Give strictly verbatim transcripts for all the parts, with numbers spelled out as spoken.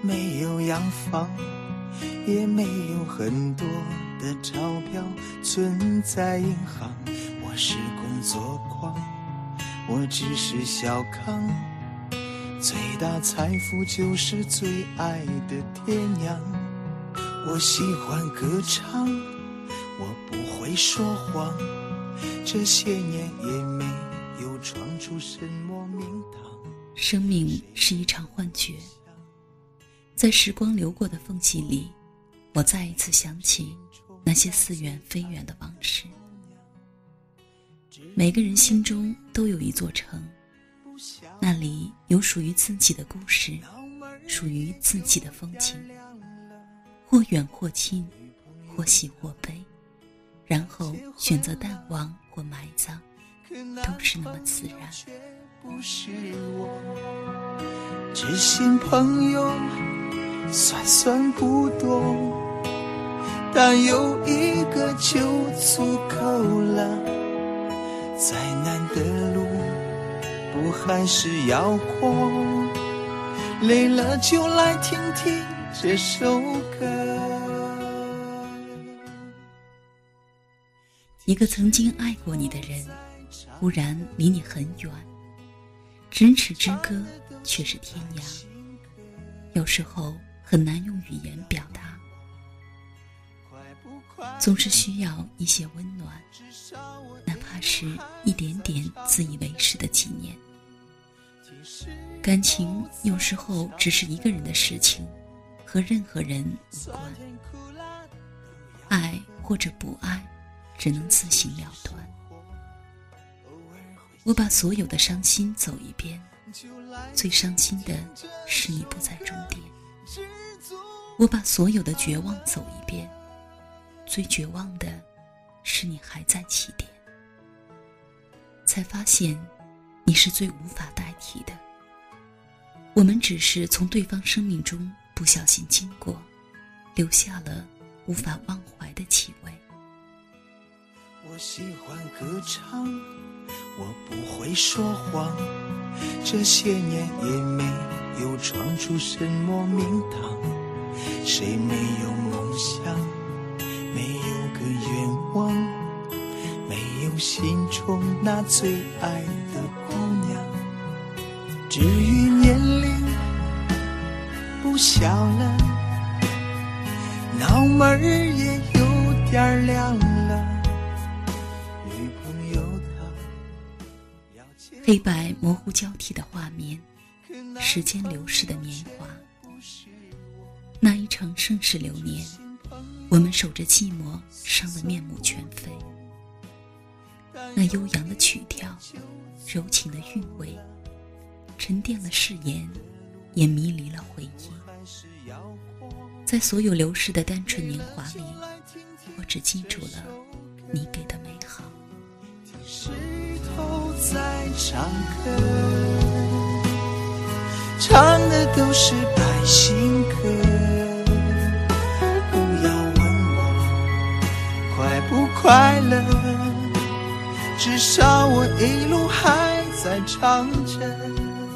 没有洋房，也没有很多的钞票存在银行。我是工作狂，我只是小康，最大财富就是最爱的爹娘。我喜欢歌唱，我不会说谎，这些年也没有闯出什么名堂。 生命是一场幻觉，在时光流过的缝隙里，我再一次想起那些似远非远的往事。每个人心中都有一座城，那里有属于自己的故事，属于自己的风景，或远或近，或喜或悲，然后选择淡忘或埋葬，都是那么自然。 不是我知心朋友算算不多，但有一个就足够了。再难的路不还是要过，累了就来听听这首歌。 一个曾经爱过你的人，忽然离你很远，咫尺之隔却是天涯，有时候很难用语言表达，总是需要一些温暖，哪怕是一点点自以为是的纪念。感情有时候只是一个人的事情，和任何人无关，爱或者不爱只能自行了断。我把所有的伤心走一遍，最伤心的是你不在终点。我把所有的绝望走一遍，最绝望的是你还在起点。才发现你是最无法代替的，我们只是从对方生命中不小心经过，留下了无法忘怀的气味。 我喜欢歌唱，我不会说谎，这些年也没有闯出什么名堂。谁没有梦想，没有个愿望，没有心中那最爱的姑娘。至于年龄不小了，脑门儿也有点亮了。 黑白模糊交替的画面，时间流逝的年华，那一场盛世流年，我们守着寂寞，伤得面目全非。那悠扬的曲调，柔情的韵味，沉淀了誓言，也迷离了回忆。在所有流逝的单纯年华里，我只记住了你给的美好。 石头在唱歌，唱的都是百姓歌。不要问我快不快乐，至少我一路还在唱着。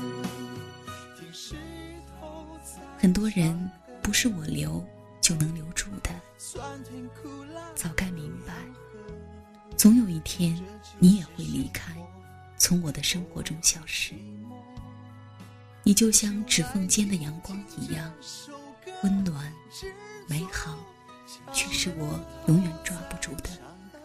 很多人不是我留就能留住的，早该明白，总有一天你也会离开，从我的生活中消失。你就像指缝间的阳光一样，温暖美好，却是我永远抓不住的。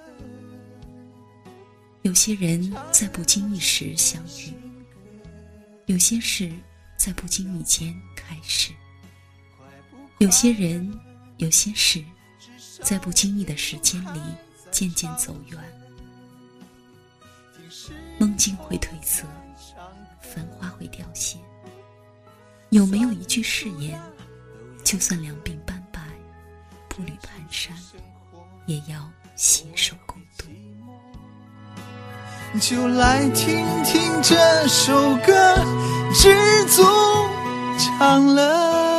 有些人在不经意时相遇，有些事在不经意间开始，有些人有些事在不经意的时间里渐渐走远。梦境会褪色，繁花会凋谢，有没有一句誓言，就算两鬓斑白，步履蹒跚，也要携手共度。 就来听听这首歌，知足常乐。